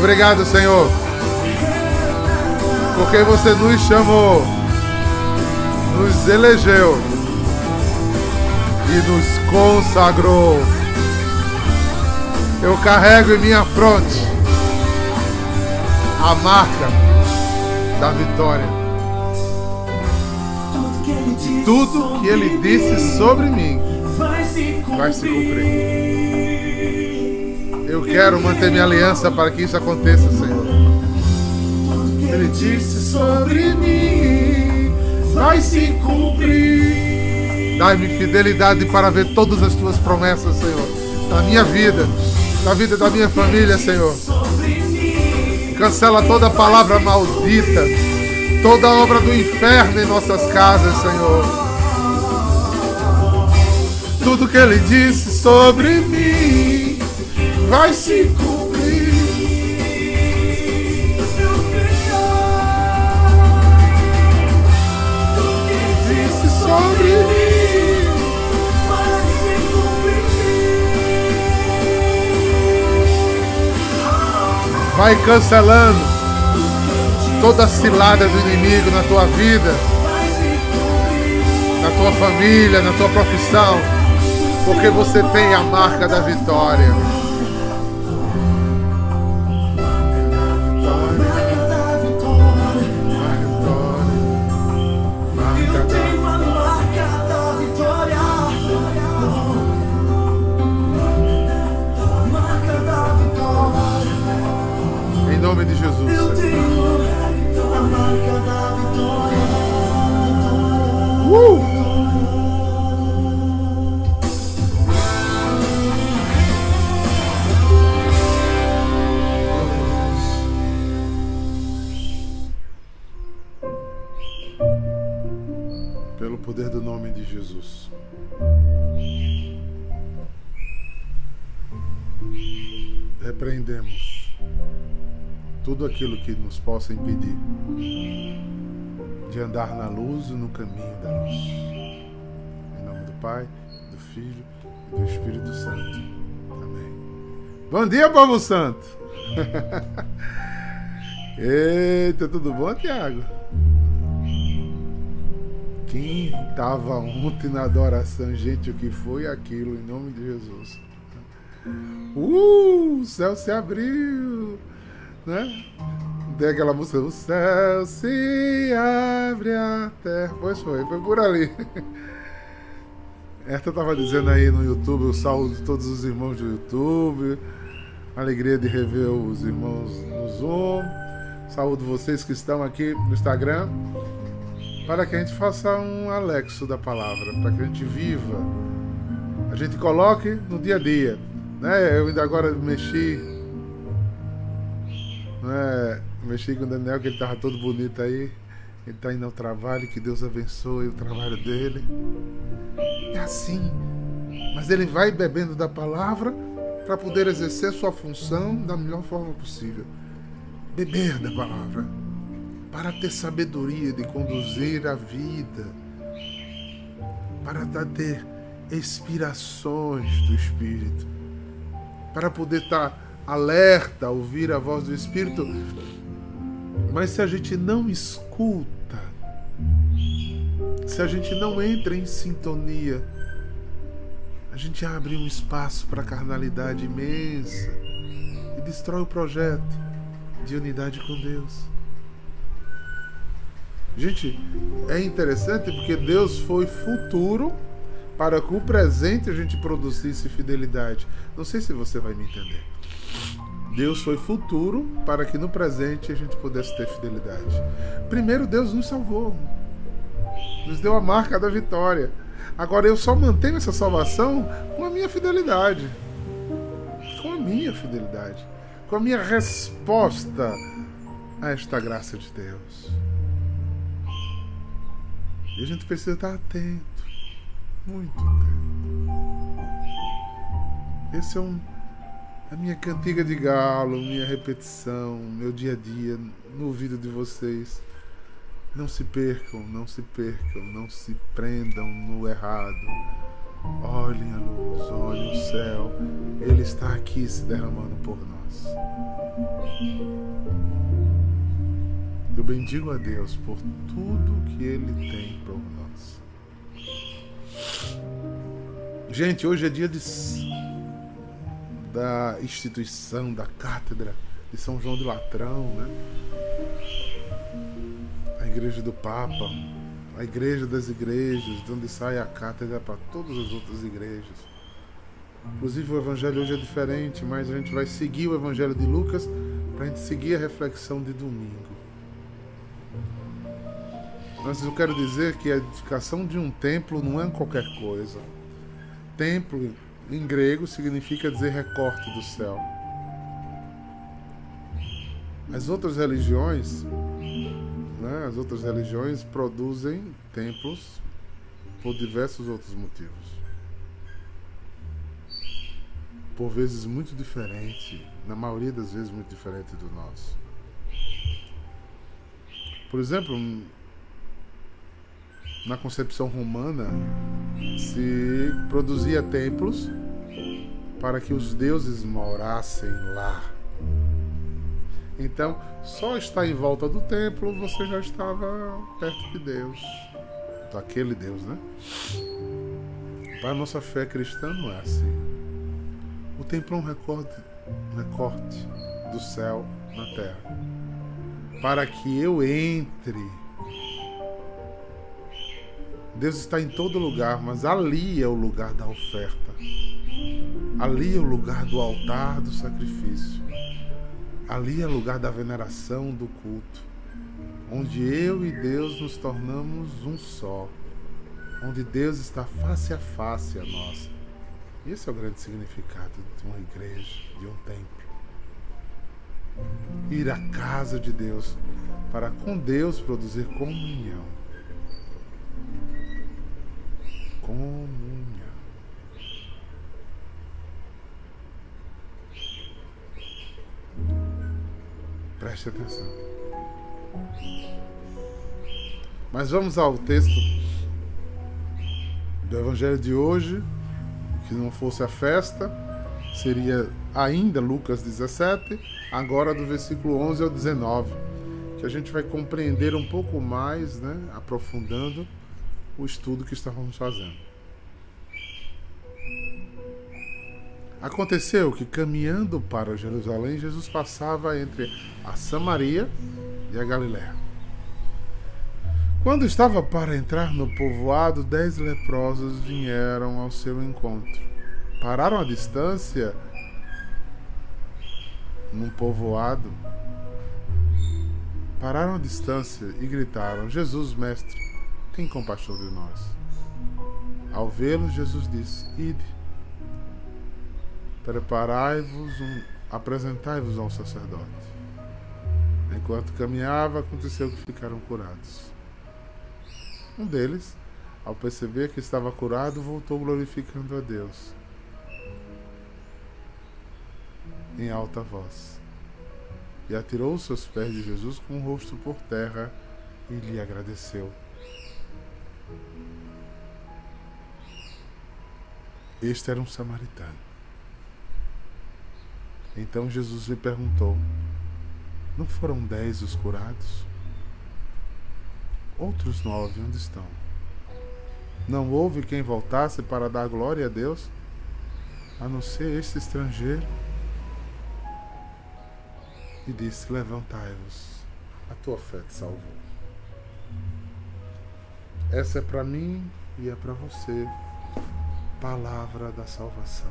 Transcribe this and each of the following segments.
Obrigado, Senhor, porque você nos chamou, nos elegeu e nos consagrou. Eu carrego em minha fronte a marca da vitória. E tudo que Ele disse sobre mim vai se cumprir. Eu quero manter minha aliança para que isso aconteça, Senhor. Ele disse sobre mim vai se cumprir. Dai-me fidelidade para ver todas as tuas promessas, Senhor, na minha vida, na vida da minha família, Senhor. Cancela toda palavra maldita, toda obra do inferno em nossas casas, Senhor. Tudo que Ele disse sobre mim vai se cumprir. Tudo que Ele disse sobre mim vai se cumprir. Vai cancelando toda cilada do inimigo na tua vida, na tua família, na tua profissão, porque você tem a marca da vitória. Em nome de Jesus. Pelo poder do nome de Jesus. Repreendemos tudo aquilo que nos possa impedir de andar na luz e no caminho da luz. Em nome do Pai, do Filho e do Espírito Santo. Amém. Bom dia, povo santo! Eita, tudo bom, Tiago? Quem estava ontem na adoração, gente, o que foi aquilo, em nome de Jesus? O céu se abriu, né? Tem aquela música, o céu se abre a terra. Pois foi por ali. Esta estava dizendo aí no YouTube, eu saúdo todos os irmãos do YouTube. Alegria de rever os irmãos no Zoom. Saúdo vocês que estão aqui no Instagram. Para que a gente faça um alexo da palavra, para que a gente viva, a gente coloque no dia a dia, né? Eu ainda agora mexi com o Daniel, que ele estava todo bonito aí, ele está indo ao trabalho, que Deus abençoe o trabalho dele. É assim, mas ele vai bebendo da palavra para poder exercer sua função da melhor forma possível. Beber da palavra, para ter sabedoria de conduzir a vida, para ter inspirações do Espírito, para poder estar alerta, ouvir a voz do Espírito. Mas se a gente não escuta, se a gente não entra em sintonia, a gente abre um espaço para a carnalidade imensa e destrói o projeto de unidade com Deus. Gente, é interessante porque Deus foi futuro para que o presente a gente produzisse fidelidade. Não sei se você vai me entender. Deus foi futuro para que no presente a gente pudesse ter fidelidade. Primeiro Deus nos salvou, nos deu a marca da vitória. Agora eu só mantenho essa salvação com a minha fidelidade. Com a minha fidelidade. Com a minha resposta a esta graça de Deus. E a gente precisa estar atento, muito atento. Esse é a minha cantiga de galo, minha repetição, meu dia a dia, no ouvido de vocês. Não se percam, não se percam, não se prendam no errado. Olhem a luz, olhem o céu. Ele está aqui se derramando por nós. Eu bendigo a Deus por tudo que Ele tem por nós. Gente, hoje é dia da instituição, da cátedra de São João de Latrão, né? A igreja do Papa, a igreja das igrejas, de onde sai a cátedra para todas as outras igrejas. Inclusive o evangelho hoje é diferente, mas a gente vai seguir o evangelho de Lucas para a gente seguir a reflexão de domingo. Mas eu quero dizer que a edificação de um templo não é qualquer coisa. Templo, em grego, significa dizer recorte do céu. As outras religiões, né, produzem templos por diversos outros motivos. Por vezes muito diferente, na maioria das vezes muito diferente do nosso. Por exemplo, na concepção romana, se produzia templos para que os deuses morassem lá. Então, só estar em volta do templo, você já estava perto de Deus. Daquele Deus, né? Para a nossa fé cristã não é assim. O templo é um recorte do céu na terra. Para que eu entre. Deus está em todo lugar, mas ali é o lugar da oferta. Ali é o lugar do altar do sacrifício. Ali é o lugar da veneração, do culto. Onde eu e Deus nos tornamos um só. Onde Deus está face a face a nós. Esse é o grande significado de uma igreja, de um templo. Ir à casa de Deus para com Deus produzir comunhão. Comunhão. Preste atenção. Mas vamos ao texto do Evangelho de hoje. Que não fosse a festa, seria ainda Lucas 17, agora do versículo 11 ao 19, que a gente vai compreender um pouco mais, né, aprofundando o estudo que estávamos fazendo. Aconteceu que, caminhando para Jerusalém, Jesus passava entre a Samaria e a Galiléia. Quando estava para entrar no povoado, 10 leprosos vieram ao seu encontro. Pararam à distância num povoado. Pararam à distância e gritaram: Jesus, mestre, tem compaixão de nós. Ao vê-los, Jesus disse: Ide, apresentai-vos a um sacerdote. Enquanto caminhava, aconteceu que ficaram curados. Um deles, ao perceber que estava curado, voltou glorificando a Deus em alta voz, e atirou os seus pés de Jesus com o rosto por terra e lhe agradeceu. Este era um samaritano. Então Jesus lhe perguntou: não foram 10 os curados? Outros 9 onde estão? Não houve quem voltasse para dar glória a Deus, a não ser este estrangeiro? E disse: levantai-vos, a tua fé te salvou. Essa é para mim e é para você, palavra da salvação.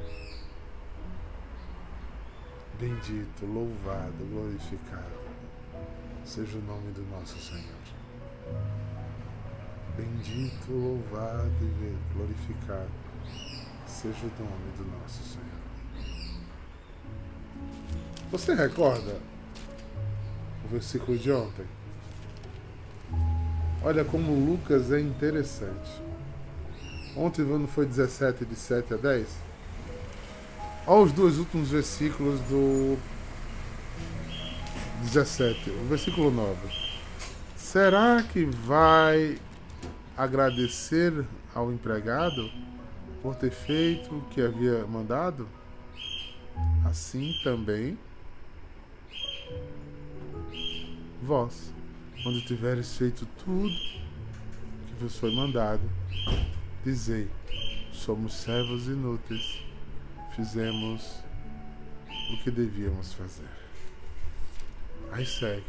Bendito, louvado, glorificado seja o nome do nosso Senhor. Bendito, louvado e glorificado seja o nome do nosso Senhor. Você recorda o versículo de ontem? Olha como Lucas é interessante. Ontem o ano foi 17, de 7 a 10. Olha os dois últimos versículos do 17, o versículo 9. Será que vai agradecer ao empregado por ter feito o que havia mandado, assim também vós, quando tiveres feito tudo que vos foi mandado, dizei: somos servos inúteis, fizemos o que devíamos fazer. Aí segue.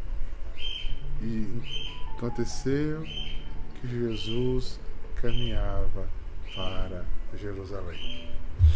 E aconteceu que Jesus caminhava para Jerusalém.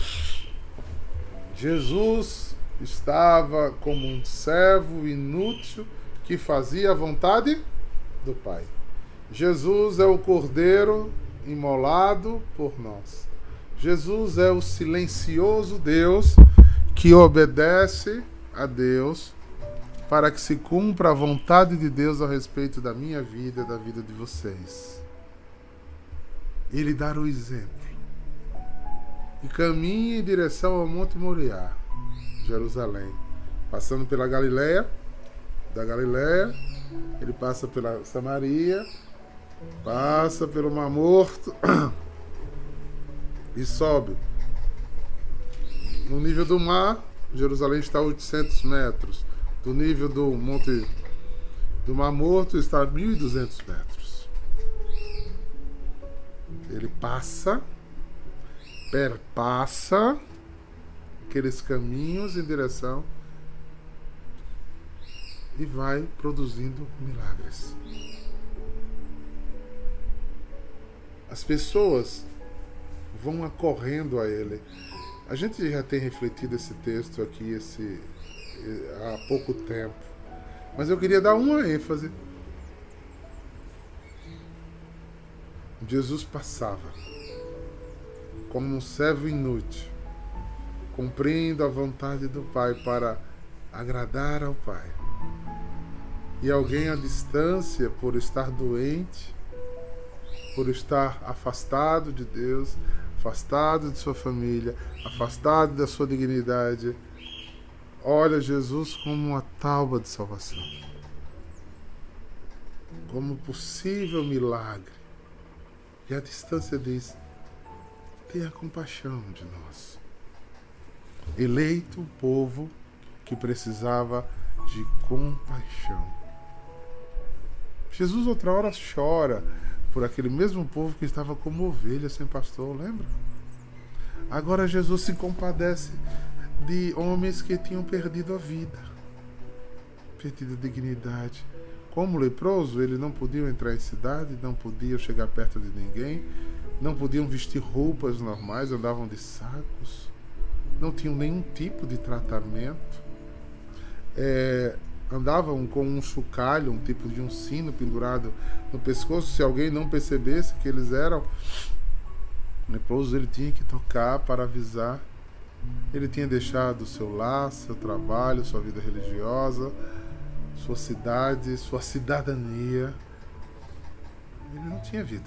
Jesus estava como um servo inútil que fazia a vontade do Pai. Jesus é o Cordeiro imolado por nós. Jesus é o silencioso Deus que obedece a Deus para que se cumpra a vontade de Deus a respeito da minha vida e da vida de vocês. Ele dá o exemplo. E caminha em direção ao Monte Moriá, Jerusalém. Passando pela Galileia. Da Galileia, ele passa pela Samaria, passa pelo Mar Morto e sobe. No nível do mar, Jerusalém está a 800 metros. Do nível do Monte do Mar Morto está a 1.200 metros. Ele perpassa aqueles caminhos em direção e vai produzindo milagres. As pessoas vão acorrendo a ele. A gente já tem refletido esse texto aqui há pouco tempo, mas eu queria dar uma ênfase. Jesus passava como um servo inútil, cumprindo a vontade do Pai para agradar ao Pai. E alguém à distância, por estar doente, por estar afastado de Deus, afastado de sua família, afastado da sua dignidade, olha Jesus como uma tábua de salvação, como possível milagre. E a distância diz: tenha compaixão de nós. Eleito o povo que precisava de compaixão. Jesus outra hora chora por aquele mesmo povo que estava como ovelha sem pastor, lembra? Agora Jesus se compadece de homens que tinham perdido a vida, perdido a dignidade. Como leproso, eles não podiam entrar em cidade, não podiam chegar perto de ninguém, não podiam vestir roupas normais, andavam de sacos, não tinham nenhum tipo de tratamento. Andavam com um chocalho, um tipo de um sino pendurado no pescoço. Se alguém não percebesse que eles eram leprosos, ele tinha que tocar para avisar. Ele tinha deixado seu lar, seu trabalho, sua vida religiosa, sua cidade, sua cidadania. Ele não tinha vida.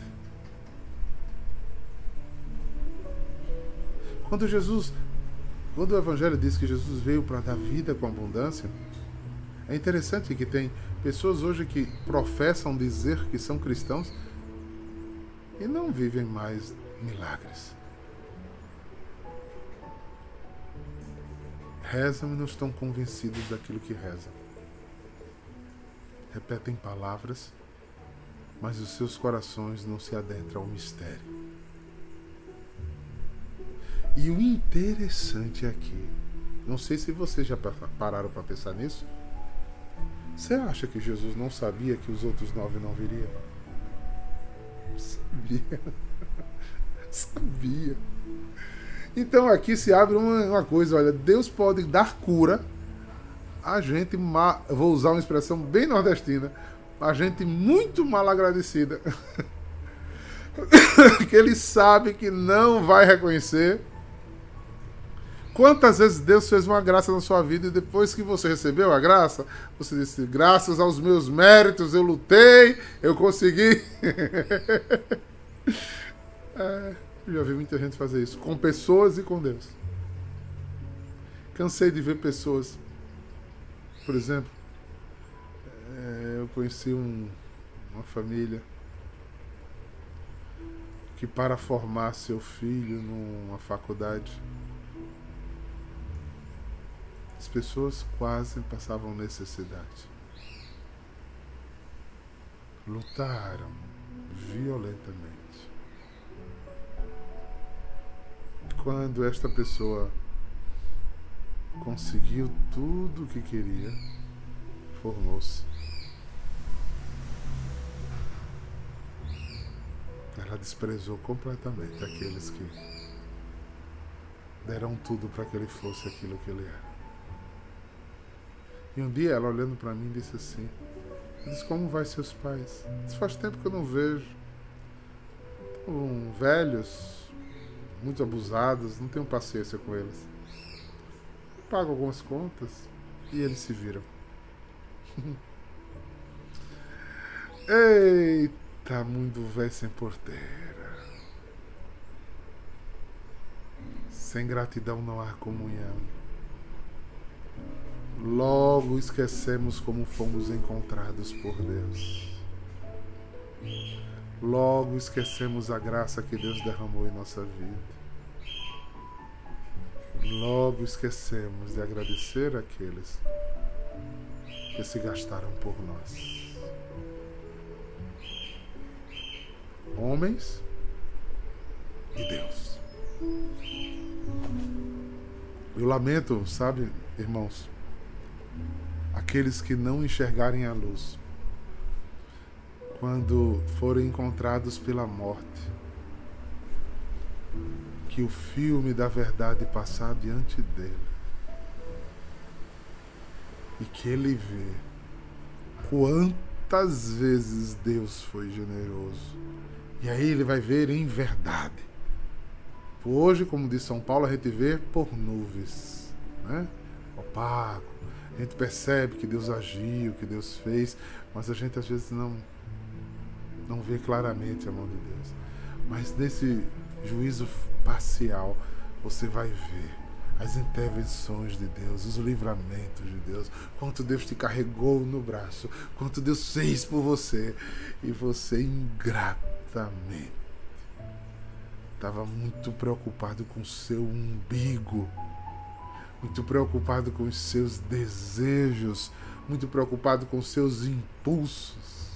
Quando o Evangelho diz que Jesus veio para dar vida com abundância, é interessante que tem pessoas hoje que professam dizer que são cristãos e não vivem mais milagres. Rezam e não estão convencidos daquilo que rezam. Repetem palavras, mas os seus corações não se adentram ao mistério. E o interessante aqui, não sei se vocês já pararam para pensar nisso, você acha que Jesus não sabia que os outros 9 não viriam? Sabia. Sabia. Então aqui se abre uma coisa, olha, Deus pode dar cura a gente, vou usar uma expressão bem nordestina, a gente muito mal agradecida, que ele sabe que não vai reconhecer. Quantas vezes Deus fez uma graça na sua vida e depois que você recebeu a graça, você disse: graças aos meus méritos eu lutei, eu consegui. Eu já vi muita gente fazer isso com pessoas e com Deus. Cansei de ver pessoas, por exemplo, eu conheci uma família que para formar seu filho numa faculdade, as pessoas quase passavam necessidade. Lutaram violentamente. Quando esta pessoa conseguiu tudo o que queria, formou-se. Ela desprezou completamente aqueles que deram tudo para que ele fosse aquilo que ele era. E um dia ela, olhando para mim, disse assim: disse, como vai seus pais? Disse, faz tempo que eu não vejo. Estão velhos, muito abusados, não tenho paciência com eles. Pago algumas contas e eles se viram. Eita, mundo velho sem porteira. Sem gratidão não há comunhão. Logo esquecemos como fomos encontrados por Deus. Logo esquecemos a graça que Deus derramou em nossa vida. Logo esquecemos de agradecer àqueles que se gastaram por nós. Homens e Deus. Eu lamento, sabe, irmãos, aqueles que não enxergarem a luz quando forem encontrados pela morte, que o filme da verdade passar diante dele e que ele vê quantas vezes Deus foi generoso, e aí ele vai ver em verdade. Hoje, como diz São Paulo, a gente vê por nuvens, né? Opaco. A gente percebe que Deus agiu, que Deus fez, mas a gente às vezes não vê claramente a mão de Deus. Mas nesse juízo parcial, você vai ver as intervenções de Deus, os livramentos de Deus, quanto Deus te carregou no braço, quanto Deus fez por você, e você ingratamente estava muito preocupado com o seu umbigo, muito preocupado com os seus desejos, muito preocupado com os seus impulsos.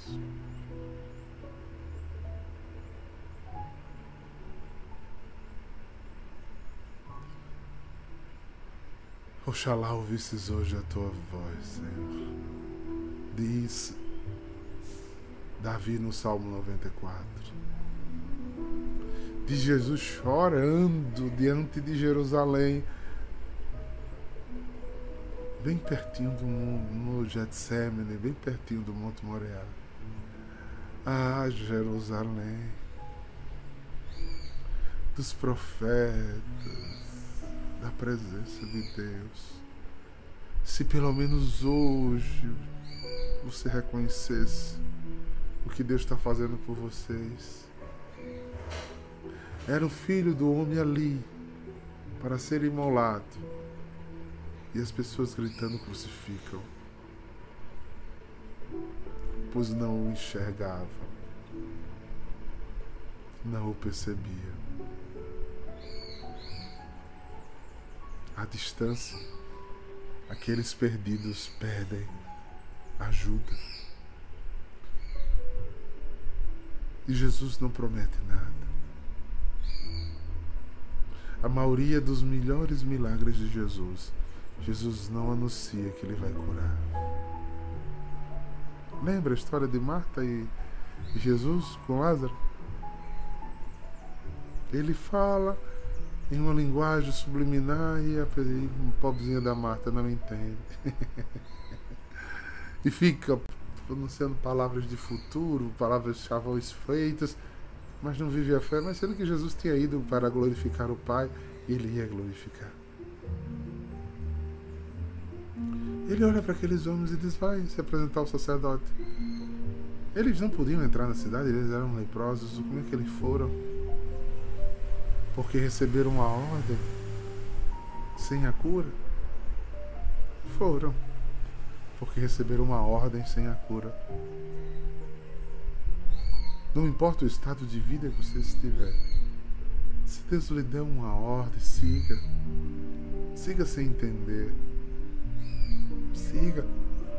Oxalá ouvisses hoje a tua voz, Senhor. Diz Davi no Salmo 94. De Jesus chorando diante de Jerusalém, bem pertinho no Getsemane, bem pertinho do Monte Moriá. Ah, Jerusalém, dos profetas, da presença de Deus. Se pelo menos hoje você reconhecesse o que Deus está fazendo por vocês. Era o filho do homem ali para ser imolado, e as pessoas gritando crucificam, pois não o enxergavam, não o percebiam. À distância, aqueles perdidos pedem ajuda. E Jesus não promete nada. A maioria dos melhores milagres de Jesus, Jesus não anuncia que ele vai curar. Lembra a história de Marta e Jesus com Lázaro? Ele fala em uma linguagem subliminar e a pobrezinha da Marta não entende. E fica pronunciando palavras de futuro, palavras de chavões feitas, mas não vive a fé, mas sendo que Jesus tinha ido para glorificar o Pai, ele ia glorificar. Ele olha para aqueles homens e diz, vai se apresentar ao sacerdote. Eles não podiam entrar na cidade, eles eram leprosos. Como é que eles foram? Porque receberam uma ordem sem a cura? Foram porque receberam uma ordem sem a cura. Não importa o estado de vida que você estiver. Se Deus lhe der uma ordem, siga. Siga sem entender. Siga.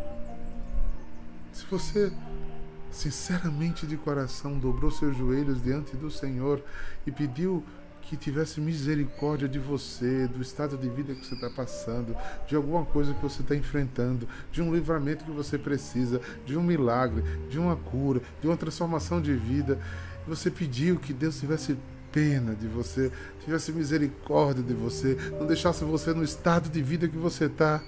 Se você sinceramente de coração dobrou seus joelhos diante do Senhor e pediu que tivesse misericórdia de você, do estado de vida que você está passando, de alguma coisa que você está enfrentando, de um livramento que você precisa, de um milagre, de uma cura, de uma transformação de vida, você pediu que Deus tivesse pena de você, tivesse misericórdia de você, não deixasse você no estado de vida que você está.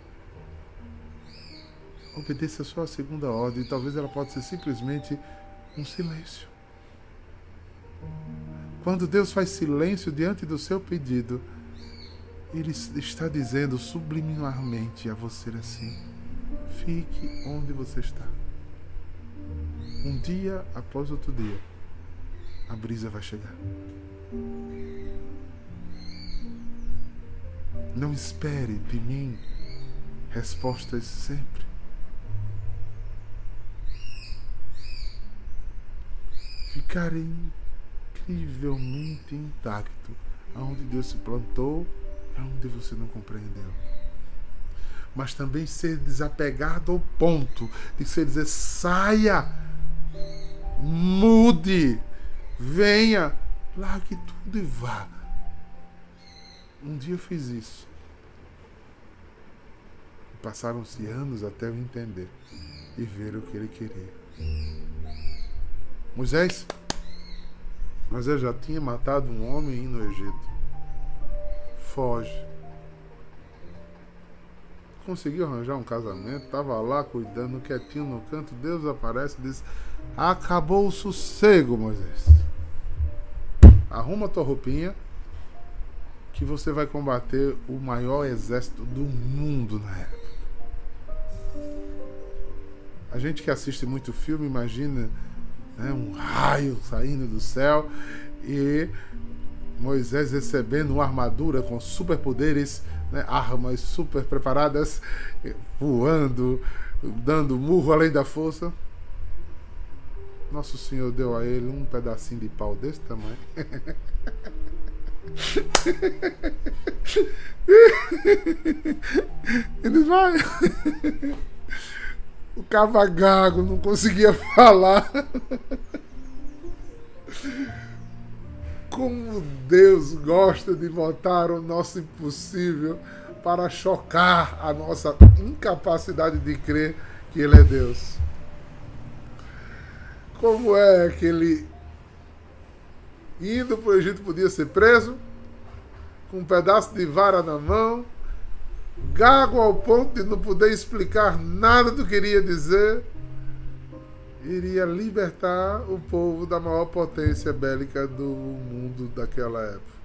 Obedeça a sua segunda ordem. Talvez ela possa ser simplesmente um silêncio. Quando Deus faz silêncio diante do seu pedido, Ele está dizendo subliminarmente a você assim: fique onde você está. Um dia após outro dia, a brisa vai chegar. Não espere de mim respostas sempre. Ficar incrivelmente intacto aonde Deus se plantou, aonde você não compreendeu. Mas também ser desapegado ao ponto de você dizer: saia, mude, venha, largue tudo e vá. Um dia eu fiz isso. Passaram-se anos até eu entender e ver o que Ele queria. Moisés já tinha matado um homem no Egito. Foge. Conseguiu arranjar um casamento, estava lá cuidando, quietinho no canto. Deus aparece e diz: acabou o sossego, Moisés. Arruma tua roupinha que você vai combater o maior exército do mundo na época. A gente que assiste muito filme imagina, né, um raio saindo do céu e Moisés recebendo uma armadura com superpoderes, né, armas super preparadas, voando, dando murro além da força. Nosso Senhor deu a ele um pedacinho de pau desse tamanho. Ele vai. O cavagago não conseguia falar. Como Deus gosta de botar o nosso impossível para chocar a nossa incapacidade de crer que Ele é Deus. Como é que Ele, indo para o Egito, podia ser preso, com um pedaço de vara na mão, gago ao ponto de não poder explicar nada do que iria dizer, iria libertar o povo da maior potência bélica do mundo daquela época.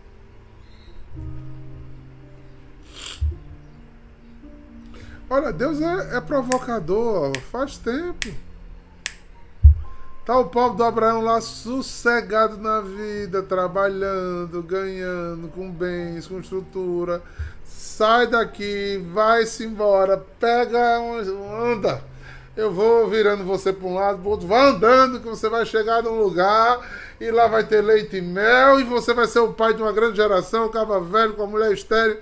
Olha, Deus é provocador, faz tempo. Tá o povo do Abraão lá sossegado na vida, trabalhando, ganhando, com bens, com estrutura. Sai daqui, vai-se embora, pega, anda. Eu vou virando você para um lado, para o outro. Vai andando que você vai chegar num lugar e lá vai ter leite e mel e você vai ser o pai de uma grande geração, caba velho com a mulher estéril.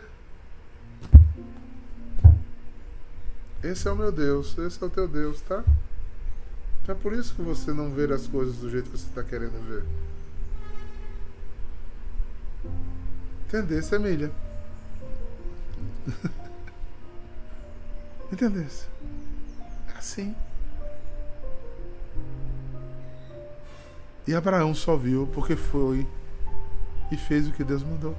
Esse é o meu Deus, esse é o teu Deus, tá? É por isso que você não vê as coisas do jeito que você está querendo ver. Entendesse, Emília? Entendesse? É assim. E Abraão só viu porque foi e fez o que Deus mandou.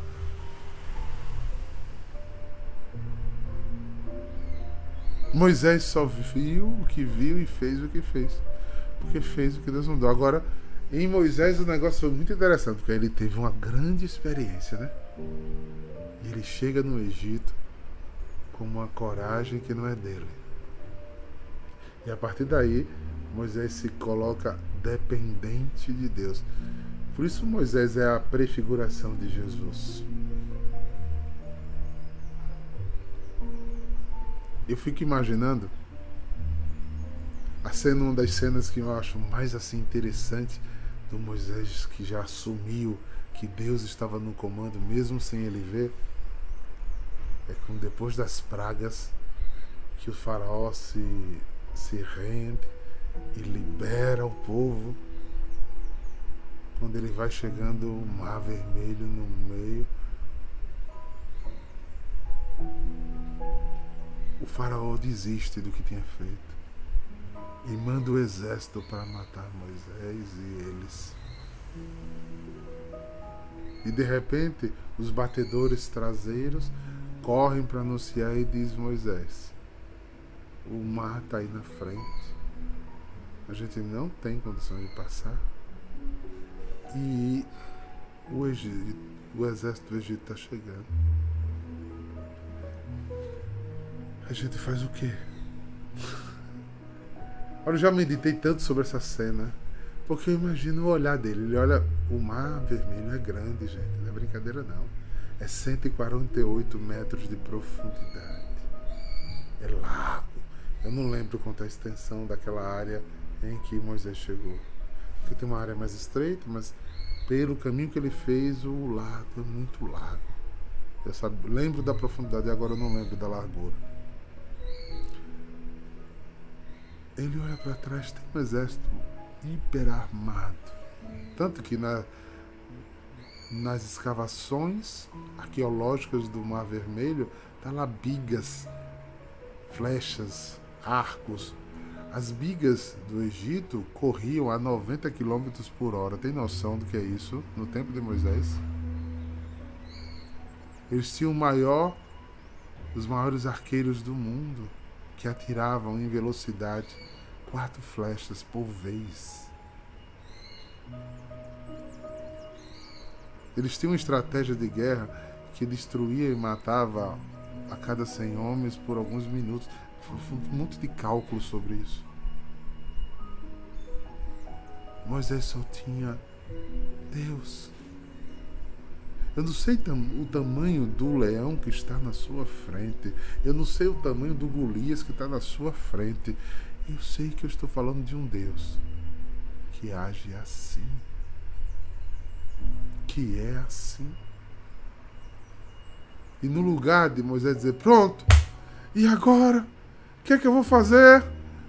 Moisés só viu o que viu e fez o que fez, porque fez o que Deus mandou. Agora, em Moisés o negócio foi muito interessante, porque ele teve uma grande experiência, né? E ele chega no Egito com uma coragem que não é dele. E a partir daí, Moisés se coloca dependente de Deus. Por isso Moisés é a prefiguração de Jesus. Eu fico imaginando A cena, uma das cenas que eu acho mais assim interessante do Moisés, que já assumiu que Deus estava no comando mesmo sem ele ver, é quando depois das pragas que o faraó se rende e libera o povo, quando ele vai chegando o mar vermelho no meio, o faraó desiste do que tinha feito e manda o exército para matar Moisés e eles. E de repente os batedores traseiros correm para anunciar e diz Moisés: o mar está aí na frente, a gente não tem condição de passar e o exército do Egito está chegando. A gente faz o quê? Olha, eu já meditei tanto sobre essa cena, porque eu imagino o olhar dele. Ele olha, o mar vermelho é grande, gente, não é brincadeira não. É 148 metros de profundidade. É largo. Eu não lembro quanto é a extensão daquela área em que Moisés chegou. Porque tem uma área mais estreita, mas pelo caminho que ele fez, o lago é muito largo. Eu lembro da profundidade, agora eu não lembro da largura. Ele olha para trás, tem um exército hiper armado. Tanto que nas escavações arqueológicas do Mar Vermelho, tá lá bigas, flechas, arcos. As bigas do Egito corriam a 90 km por hora. Tem noção do que é isso no tempo de Moisés? Eles tinham os maiores arqueiros do mundo, que atiravam em velocidade 4 flechas por vez. Eles tinham uma estratégia de guerra que destruía e matava a cada 100 homens por alguns minutos. Foi um monte de cálculo sobre isso. Moisés só tinha Deus. Eu não sei o tamanho do leão que está na sua frente. Eu não sei o tamanho do Golias que está na sua frente. Eu sei que eu estou falando de um Deus que age assim. Que é assim. E no lugar de Moisés dizer, pronto, e agora? O que é que eu vou fazer?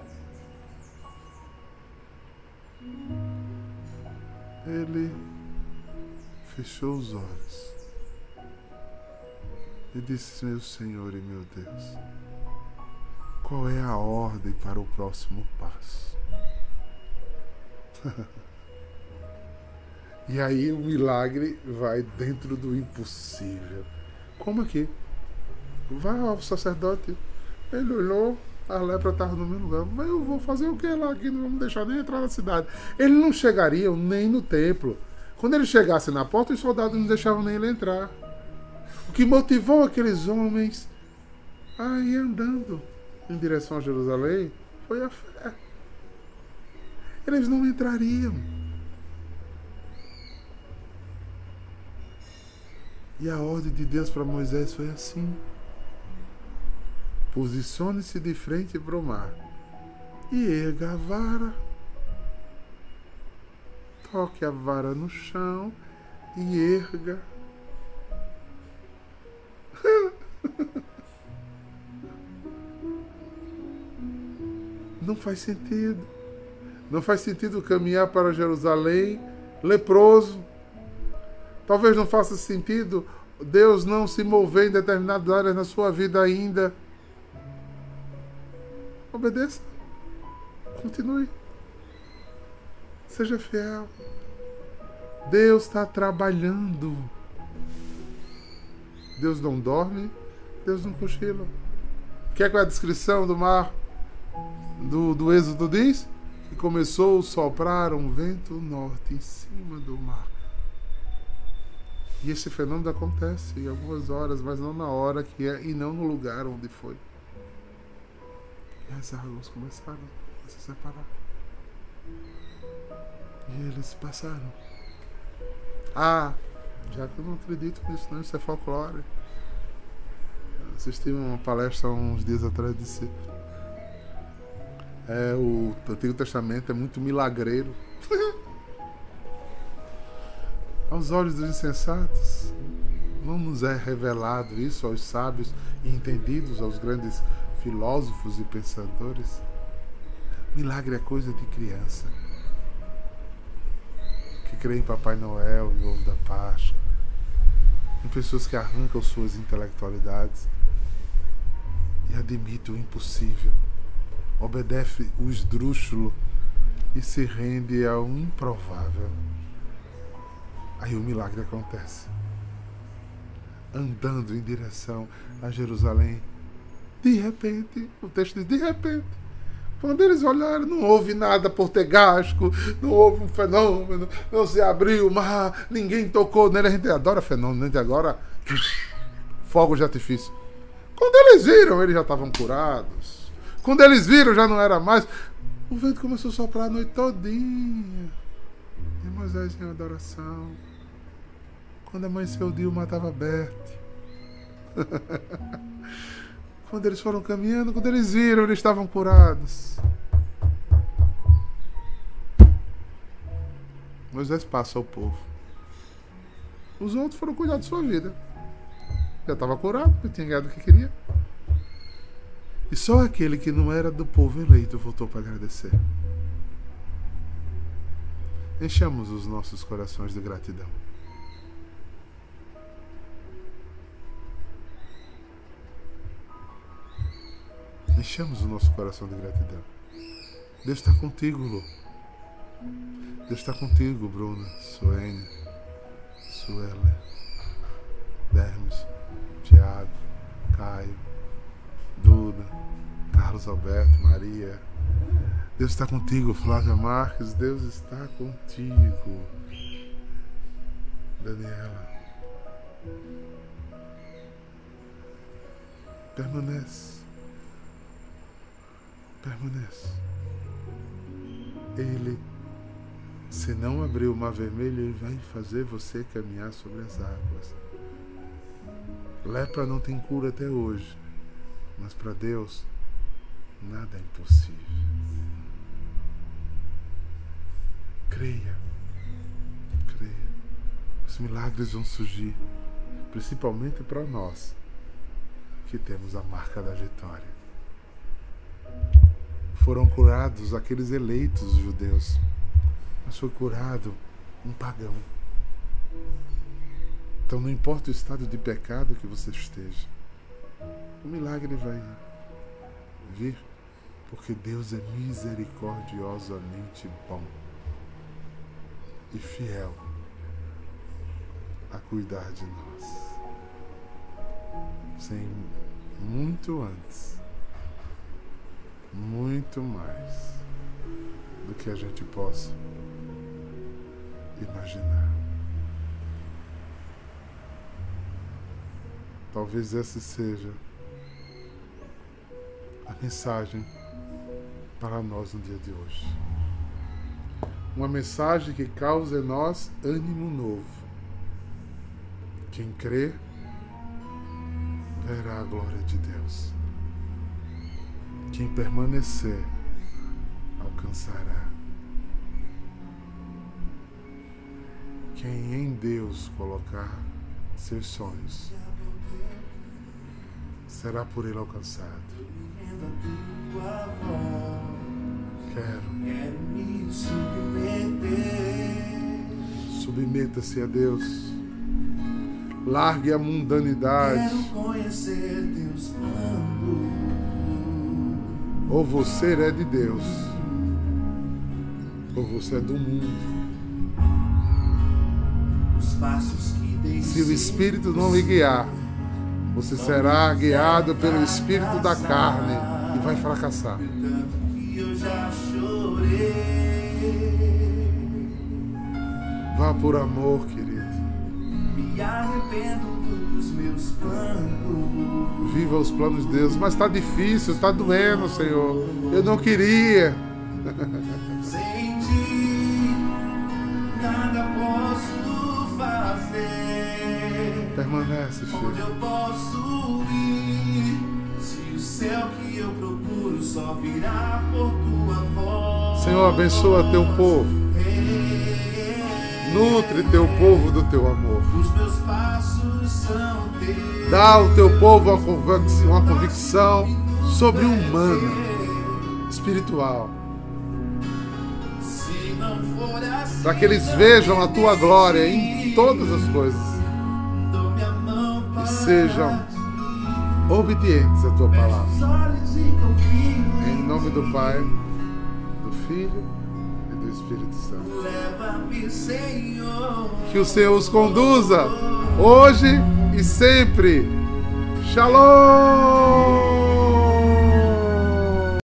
Ele fechou os olhos e disse, meu Senhor e meu Deus, qual é a ordem para o próximo passo? E aí o milagre vai dentro do impossível. Como aqui? Vai ao sacerdote, ele olhou, a lepra estava no meu lugar. Mas eu vou fazer o que lá aqui? Não vamos deixar nem entrar na cidade. Eles não chegariam nem no templo. Quando ele chegasse na porta, os soldados não deixavam nem ele entrar. O que motivou aqueles homens a ir andando em direção a Jerusalém foi a fé. Eles não entrariam. E a ordem de Deus para Moisés foi assim: posicione-se de frente para o mar e erga a vara. Toque a vara no chão e erga. Não faz sentido. Não faz sentido caminhar para Jerusalém leproso. Talvez não faça sentido Deus não se mover em determinadas áreas na sua vida ainda. Obedeça. Continue. Seja fiel. Deus está trabalhando. Deus não dorme. Deus não cochila. Quer que a descrição do mar do Êxodo diz? Que começou a soprar um vento norte em cima do mar. E esse fenômeno acontece em algumas horas, mas não na hora que é e não no lugar onde foi. E as águas começaram a se separar. E eles passaram. Ah, já que eu não acredito nisso, não, isso é folclore. Eu assisti uma palestra uns dias atrás e disse: O Antigo Testamento é muito milagreiro. Aos olhos dos insensatos, não nos é revelado isso aos sábios e entendidos, aos grandes filósofos e pensadores. Milagre é coisa de criança que crê em Papai Noel e ovo da Páscoa, em pessoas que arrancam suas intelectualidades e admitem o impossível, obedece o esdrúxulo e se rende ao improvável. Aí o milagre acontece. Andando em direção a Jerusalém, de repente, o texto diz, de repente, quando eles olharam, não houve nada portegasco, não houve um fenômeno, não se abriu o mar, ninguém tocou nele. A gente adora fenômeno, a gente agora fogos de artifício. Quando eles viram, eles já estavam curados. Quando eles viram, já não era mais. O vento começou a soprar a noite todinha. E Moisés em adoração. Quando amanheceu o dia, o mar estava aberto. Quando eles foram caminhando, quando eles viram, eles estavam curados. Moisés passa ao povo. Os outros foram cuidar de sua vida. Já estava curado, já tinha ganhado o que queria. E só aquele que não era do povo eleito voltou para agradecer. Enchamos os nossos corações de gratidão. Enchamos o nosso coração de gratidão. Deus está contigo, Lu. Deus está contigo, Bruna, Suene, Suela, Dermes, Tiago, Caio, Duda, Carlos Alberto, Maria. Deus está contigo, Flávia Marques. Deus está contigo, Daniela. Permanece. Ele, se não abrir o mar vermelho, ele vai fazer você caminhar sobre as águas. Lepra não tem cura até hoje, mas para Deus nada é impossível. Creia. Os milagres vão surgir, principalmente para nós que temos a marca da vitória. Foram curados aqueles eleitos judeus, mas foi curado um pagão. Então não importa o estado de pecado que você esteja, o milagre vai vir, porque Deus é misericordiosamente bom e fiel a cuidar de nós. Sem muito antes, muito mais do que a gente possa imaginar. Talvez essa seja a mensagem para nós no dia de hoje. Uma mensagem que causa em nós ânimo novo. Quem crê verá a glória de Deus. Quem permanecer alcançará. Quem em Deus colocar seus sonhos será por Ele alcançado. Quero me submeter. Submeta-se a Deus. Largue a mundanidade. Quero conhecer Deus plano. Ou você é de Deus, ou você é do mundo. Se o Espírito não lhe guiar, você será guiado pelo Espírito da carne e vai fracassar. Vá por amor, querido. Me arrependo dos meus planos. Viva os planos de Deus. Mas está difícil, está doendo, Senhor. Eu não queria. Sem ti, nada posso fazer. Permanece, filho. Onde eu posso ir? Se o céu que eu procuro só virá por tua voz. Senhor, abençoa teu povo. Nutre teu povo do teu amor. Os meus passos são teus. Dá ao teu povo uma convicção sobre-humana, espiritual, Se não for assim, para que eles vejam a tua glória em todas as coisas dou minha mão e para sejam obedientes à tua palavra. os olhos e confio Em nome do Pai, do Filho e do Espírito Santo. leva-me, Senhor. Que o Senhor os conduza hoje e sempre. Shalom!